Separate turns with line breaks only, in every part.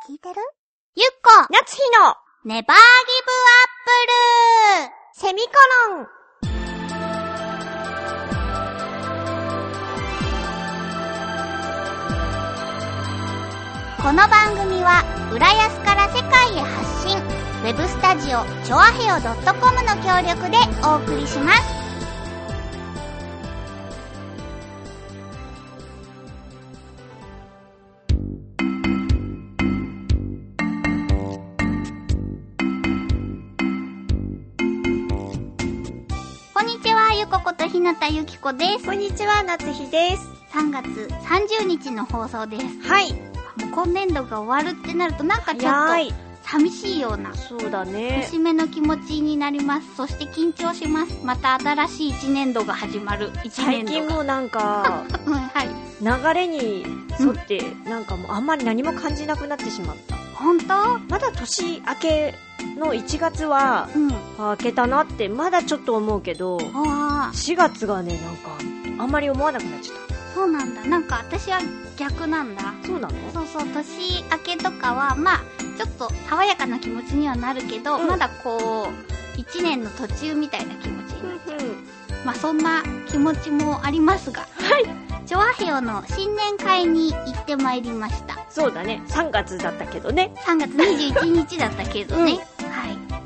聞いてる？ゆっこ
夏日の
ネバーギブアップル
セミコロン。
この番組は浦安から世界へ発信、ウェブスタジオチョアヘオ .com の協力でお送りします。こんにちは、ゆこことひなたゆきこです。
こんにちは、夏日です。
3月30日の放送です。
はい。
もう今年度が終わるってなるとなんかちょっと寂しいような、
そうだね、
節目の気持ちになります。そして緊張します。また新しい一年度が始まる。一年度が
最近もうなんか、
はい、
流れに沿って、なんかもうあんまり何も感じなくなってしまった。
本当？
まだ年明けの1月は、明けたなってまだちょっと思うけど、4月がね、なんかあんまり思わなくなっちゃった。
そうなんだ。なんか私は逆なんだ。
そうなの？
そうそう、年明けとかはまあちょっと爽やかな気持ちにはなるけど、まだこう1年の途中みたいな気持ちになっちゃう。まあそんな気持ちもありますが、はい、チョアヘオの新年会に行ってまいりました。
そうだね、3月だったけどね。
3月21日だったけどね、はい。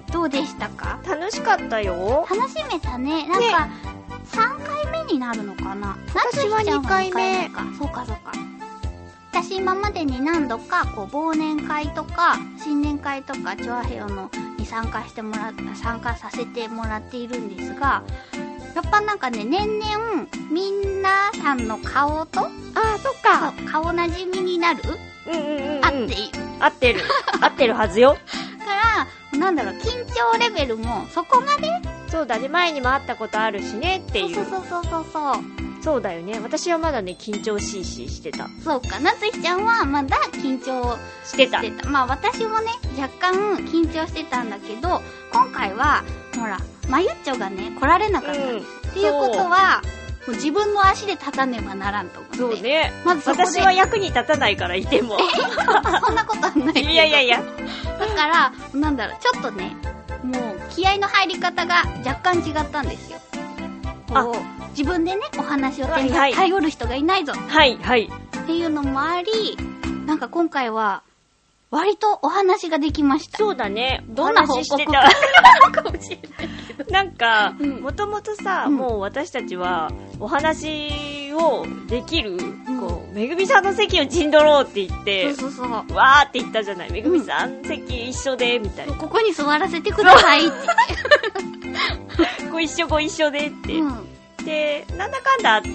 どうでしたか？
楽しかったよ。
楽しめたね。なんか、3回目になるのかな？
私は2回目。
そうかそうか。私今までに何度かこう忘年会とか新年会とかチョアヘオのに参加させてもらっているんですが、やっぱなんかね、年々みんなさんの顔と、
そっか、
顔なじみになる、合ってる
はずよ。
からなんだろう、緊張レベルもそこまで、
そうだね、前にも会ったことあるしねっていう。そうだよね。私はまだね、緊張しいしてた。
そうか、なつひちゃんはまだ緊張してた。まあ私もね、若干緊張してたんだけど、今回はほらまゆっちょがね来られなかったんです、っていうことはもう自分の足で立たねばならんと思って。
そうね、
まずそこで
私は役に立たないからいても
そんなことはないけど、
いや
だからなんだろう、ちょっとね、もう気合の入り方が若干違ったんですよ。自分でねお話を頼る人がいないぞ、っていうのもあり、なんか今回は割とお話ができました。
そうだね。
どんな報告してたかもしれないけど。
なんか、もともとさ、もう私たちはお話をできる、こう、めぐみさんの席を陣取ろうって言って、わーって言ったじゃない。めぐみさん席一緒で、みたいな。
ここに座らせてくださいって
ご一緒でって。で、なんだかんだあって、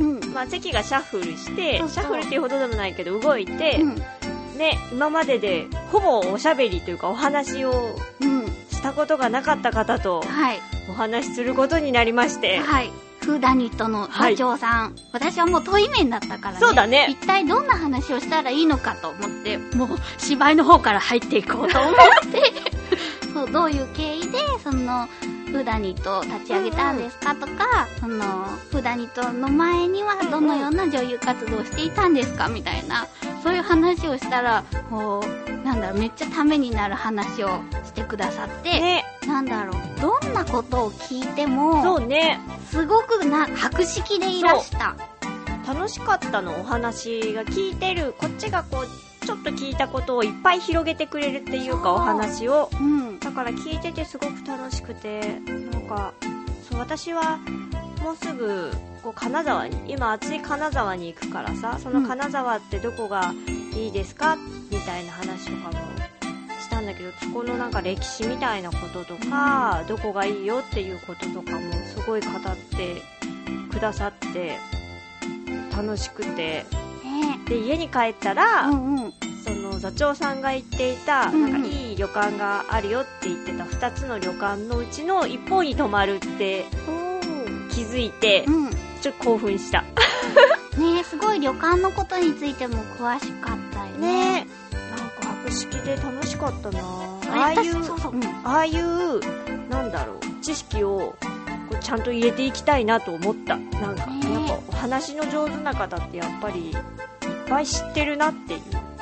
まあ席がシャッフルして、シャッフルっていうほどでもないけど動いて、ね、今まででほぼおしゃべりというかお話をしたことがなかった方とお話しすることになりまして、
フーダニットの社長さん、私はもう遠い面だったからね。
そうだね。
一体どんな話をしたらいいのかと思って、もう芝居の方から入っていこうと思ってそう、どういう経緯でそのフーダニットを立ち上げたんですかとか、そのフーダニットの前にはどのような女優活動をしていたんですかみたいな、そういう話をしたら、こうなんだろう、めっちゃためになる話をしてくださって、なんだろう、どんなことを聞いても、そうね、すごく博識でいらした。
楽しかったの、お話が聞いてるこっちがこうちょっと聞いたことをいっぱい広げてくれるっていうか、お話を、だから聞いててすごく楽しくて、なんかそう、私はもうすぐこう金沢に、今暑い金沢に行くからさ、その金沢ってどこがいいですかみたいな話とかもしたんだけど、そこのなんか歴史みたいなこととか、どこがいいよっていうこととかもすごい語ってくださって楽しくて、で家に帰ったら、その座長さんが言っていた、なんかいい旅館があるよって言ってた2つの旅館のうちの一方に泊まるって気づいて、ちょっと興奮した
ねえ、すごい旅館のことについても詳しかったよね。
なんか博識で楽しかったな。ああいうなんだろう、知識をこうちゃんと入れていきたいなと思った。なんかやっぱお話の上手な方ってやっぱりいっぱい知ってるなっていう。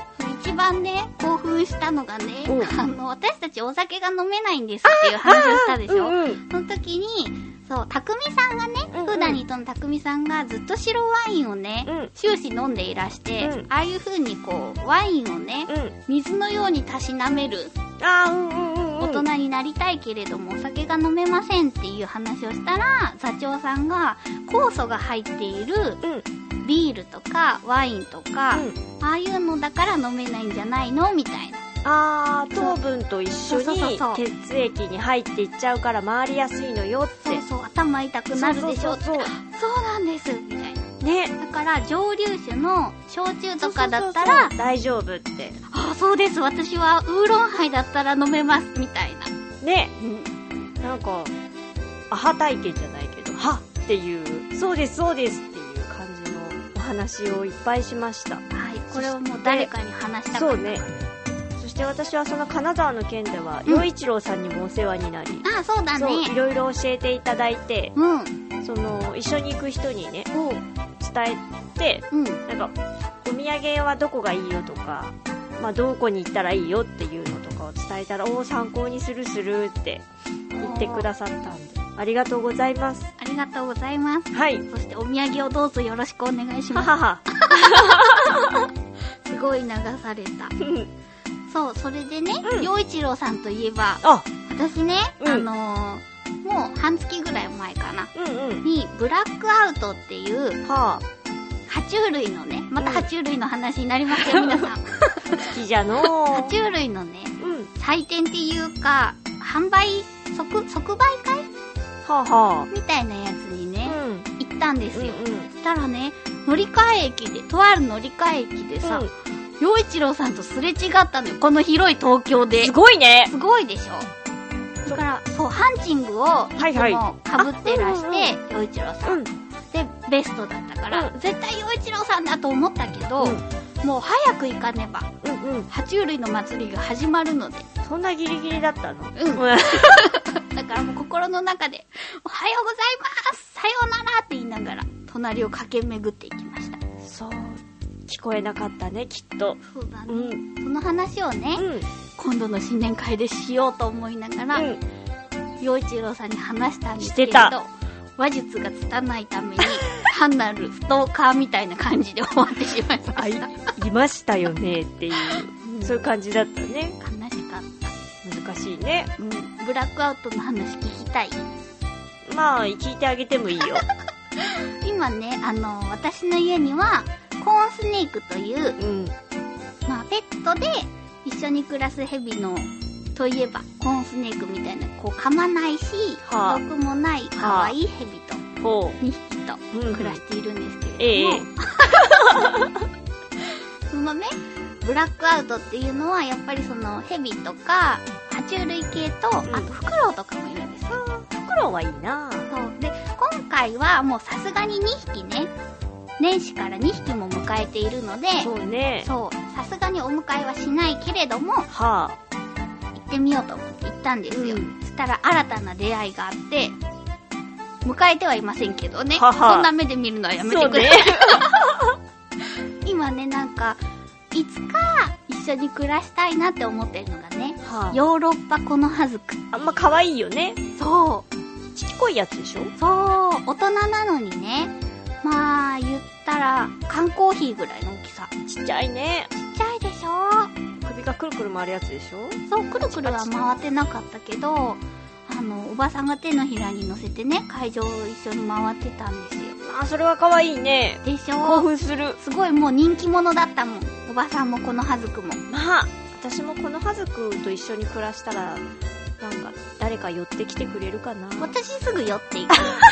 一番ね、興奮したのがね、私たちお酒が飲めないんですっていう話をしたでしょ。その時に、そう、たくみさんがね、フーダニットのたくみさんがずっと白ワインをね、終始飲んでいらして、ああいう風にこう、ワインをね、水のようにたしなめる。大人になりたいけれどもお酒が飲めませんっていう話をしたら、座長さんが酵素が入っているビールとかワインとか、ああいうのだから飲めないんじゃないのみたいな。
糖分と一緒に血液に入っていっちゃうから回りやすいのよって。
そう、頭痛くなるでしょって。そうなんですみたいなね。だから蒸留酒の焼酎とかだったら
大丈夫って。
そうです、私はウーロンハイだったら飲めますみたいな
ね。なんかアハ体験じゃないけど、はっていう、そうですそうですっていう感じのお話をいっぱいしました。
これをもう誰かに話したかった。そうね。
そして私はその金沢の件では、陽一郎さんにもお世話になり、
そうだね。
いろいろ教えていただいて、その一緒に行く人にね、伝えて、なんかお土産はどこがいいよとか、どこに行ったらいいよっていうのとかを伝えたら、参考にするって言ってくださったんで、ありがとうございます。
ありがとうございます。
はい。
そしてお土産をどうぞよろしくお願いします。すごい流された。そう、それでね、陽一郎さんといえば、私ね、もう半月ぐらい前かな、にブラックアウトっていう、爬虫類のね、また爬虫類の話になりますよ、皆さん。好
きじゃの
爬虫類のね、祭典っていうか、販売、即売会みたいなやつにね、行ったんですよ。そしたらね、とある乗り換え駅でさ、陽一郎さんとすれ違ったのよ、この広い東京で。
すごいね。
すごいでしょ。だから、そう、ハンチングをいつも被ってらして、陽一郎さん。で、ベストだったから、絶対陽一郎さんだと思ったけど、もう早く行かねば、爬虫類の祭りが始まるので。
そんなギリギリだったの？
だからもう心の中で、おはようございますさようならって言いながら、隣を駆け巡っていきました。
そう。聞こえなかったね、きっと。
そうだね。その話をね、今度の新年会でしようと思いながら、陽一郎さんに話したんですけれど、話術が拙いために、単なるストーカーみたいな感じで終わってしまいました。
いましたよねっていう、そういう感じだったね。
悲しかった。
難しいね。
ブラックアウトの話聞きたい？
聞いてあげてもいいよ。
今ね、私の家には、コーンスネークという、ペットで一緒に暮らすヘビの、といえば、コーンスネークみたいな、こう噛まないし、毒もない可愛いヘビと、2匹と暮らしているんですけれども、そのね、ブラックアウトっていうのは、やっぱりそのヘビとか、爬虫類系と、あとフクロウとかもいるんですよ。
フクロウはいいな。
そう。で、今回はもうさすがに2匹ね、年始から2匹も迎えているので、
そうね。
そう。さすがにお迎えはしないけれども、行ってみようと思って行ったんですよ。そしたら新たな出会いがあって、迎えてはいませんけどね。そんな目で見るのはやめてくれ。今ね、なんか、いつか一緒に暮らしたいなって思ってるのがね、ヨーロッパコノハズク。
可愛いよね。
そう。
ちっこいやつでしょ？
そう。大人なのにね、言ったら、缶コーヒーぐらいの大きさ。
ちっちゃいね。
ちっちゃいでしょ？
首がくるくる回るやつでしょ？
そう、くるくるは回ってなかったけど、おばさんが手のひらに乗せてね、会場を一緒に回ってたんですよ。
それは可愛いね。
でしょ？
興奮する。
すごいもう人気者だったもん。おばさんもこのはずくも。
私もこのはずくと一緒に暮らしたら、なんか、誰か寄ってきてくれるかな。
私すぐ寄っていく。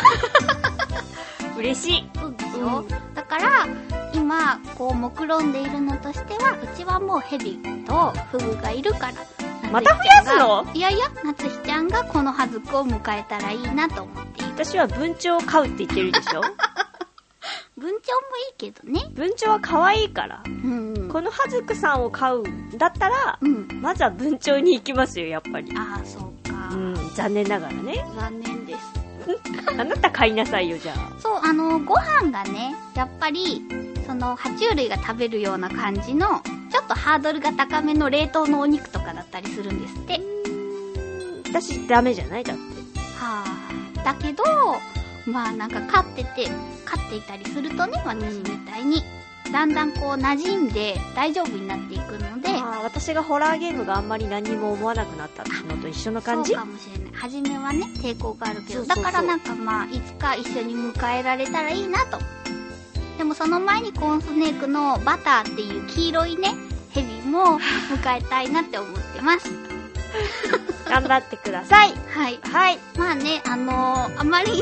嬉しい。
そうでしょ？だから、今、こう、目論んでいるのとしては、うちはもうヘビとフグがいるから。
また増やすの？
いやいや、夏日ちゃんがこのはずくを迎えたらいいなと思っている。
私は文鳥を飼うって言ってるでしょ？
文鳥もいいけどね。
文鳥は可愛いから。このはずくさんを飼うんだったら、まずは文鳥に行きますよ、やっぱり。
そうか。
残念ながらね。
残念です。
あなた飼いなさいよ、じゃあ。
そう、ご飯がね、やっぱり、その、爬虫類が食べるような感じのちょっとハードルが高めの冷凍のお肉とかだったりするんですって。
私ダメじゃないだって。
はあ。だけど、まあなんか飼っていたりするとね、私みたいに。だんだんこう馴染んで大丈夫になっていくので、
私がホラーゲームがあんまり何も思わなくなったのと一緒の感じ。
そうかもしれない。初めはね抵抗があるけど、だからなんかまあいつか一緒に迎えられたらいいなと。でもその前にコーンスネークのバターっていう黄色いねヘビも迎えたいなって思ってます
頑張ってください。
はい
はい。
まあねあまり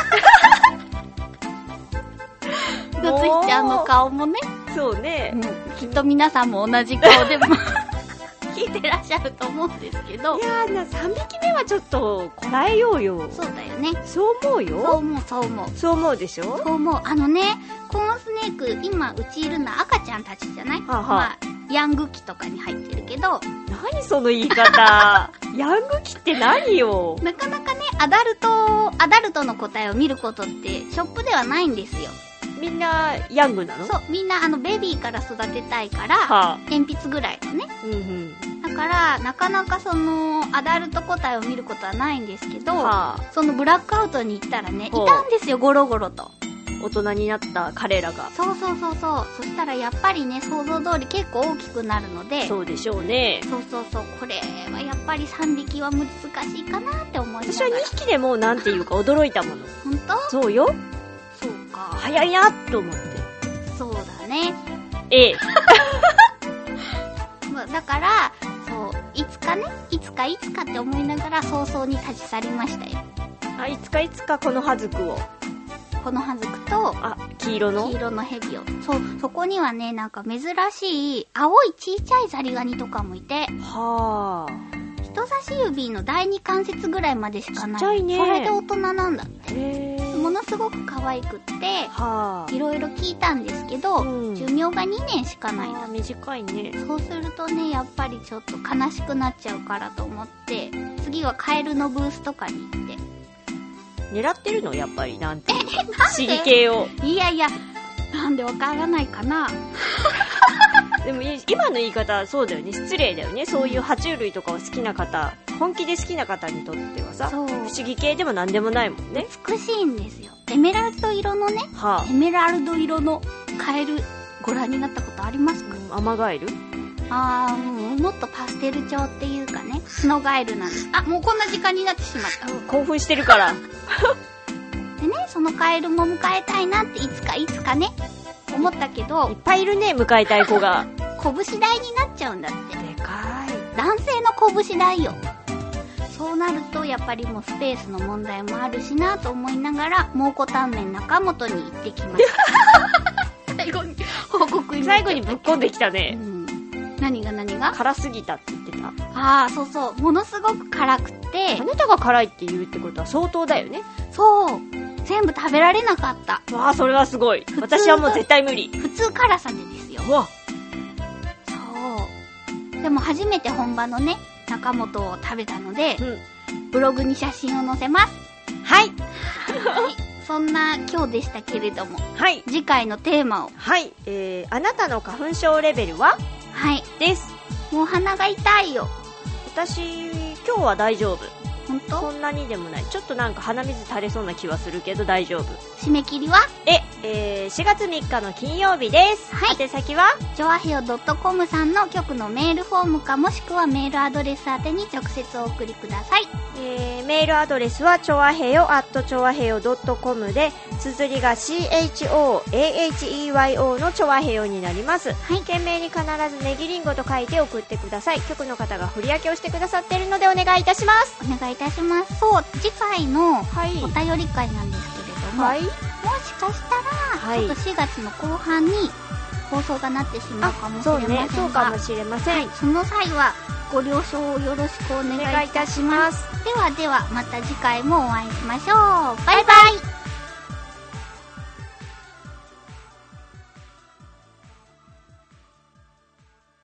なつひちゃんの顔もね、
そうね、
きっと皆さんも同じ顔でも聞いてらっしゃると思うんですけど、
いやー3匹目はちょっとこらえようよ。
そうだよね。
そう思うよ。そう思うでしょ。
そう思う。コーンスネーク今うちいるのは赤ちゃんたちじゃない？まあヤング期とかに入ってるけど。
何その言い方ヤング期って何よ。
なかなかねアダルトの個体を見ることってショップではないんですよ。
みんなヤングなの？そう、
みんなベビーから育てたいから、鉛筆ぐらいのね。だからなかなかそのアダルト個体を見ることはないんですけど、そのブラックアウトに行ったらねいたんですよ、ゴロゴロと。
大人になった彼らが。
そう。そしたらやっぱりね想像通り結構大きくなるので。
そうでしょうね。
そう。これはやっぱり3匹は難しいかなって思いながら。
私は2匹でもなんていうか驚いたもの。
本当？
そうよ。
そうか。
早いなと思って。
そうだね。だからそういつかって思いながら早々に立ち去りましたよ。
いつかこのハズクと黄色の
ヘビを。そこにはねなんか珍しい青いちいちゃいザリガニとかもいて、人差し指の第2関節ぐらいまでしかない。ちっちゃいね。それで大人なんだって。ものすごく可愛くって、いろいろ聞いたんですけど、寿命が2年しかないんだ。
短いね。
そうするとねやっぱりちょっと悲しくなっちゃうからと思って、次はカエルのブースとかに行って。
狙ってるのやっぱりなんていう不思議系を。
いやなんでわからないかな
でも今の言い方そうだよね。失礼だよね。そういう爬虫類とかを好きな方、本気で好きな方にとってはさ、不思議系でもなんでもないもんね。
美しいんですよ。エメラルド色のね、エメラルド色のカエルご覧になったことありますか？
アマガエル？
もっとパステル調っていうかね、スノガエルなんです。もうこんな時間になってしまった。
興奮してるから
でね、そのカエルも迎えたいなっていつかね思ったけど、
いっぱいいるね迎えたい子が
拳台になっちゃうんだって。
でかい。
男性の拳台よ。そうなるとやっぱりもうスペースの問題もあるしなと思いながら蒙古タンメン中本に行ってきました最後に報告に
最後にぶっこんできたね。
何が
辛すぎたって言ってた。
そうものすごく辛くて、
あなたが辛いって言うってことは相当だよね。
そう全部食べられなかった。
それはすごい。私はもう絶対無理。
普通辛さでですよ。そうでも初めて本場のね中本を食べたので、ブログに写真を載せます。はいそんな今日でしたけれども、次回のテーマを。
あなたの花粉症レベルは？です。
もう鼻が痛いよ。
私今日は大丈夫。
本当？
そんなにでもない。ちょっとなんか鼻水垂れそうな気はするけど大丈夫。
締め切りは
4月3日の金曜日です。宛先は
ちょわへよ .com さんの局のメールフォームか、もしくはメールアドレス宛てに直接お送りください。
メールアドレスはちょわへよ@choaheyo.com で、綴りが CHOAHEYO のちょわへよになります。件名に必ずネギリンゴと書いて送ってください。局の方が振り分けをしてくださっているのでお願いいたします。
お願いいたします。そう、次回のお便り会なんですけれども、もしかしたら、ちょっと4月の後半に放送がなってしまうかもしれませんが、
そうかもしれません。
その際はご了承をよろしくお願いいたします。ではまた次回もお会いしましょう。バイバイ。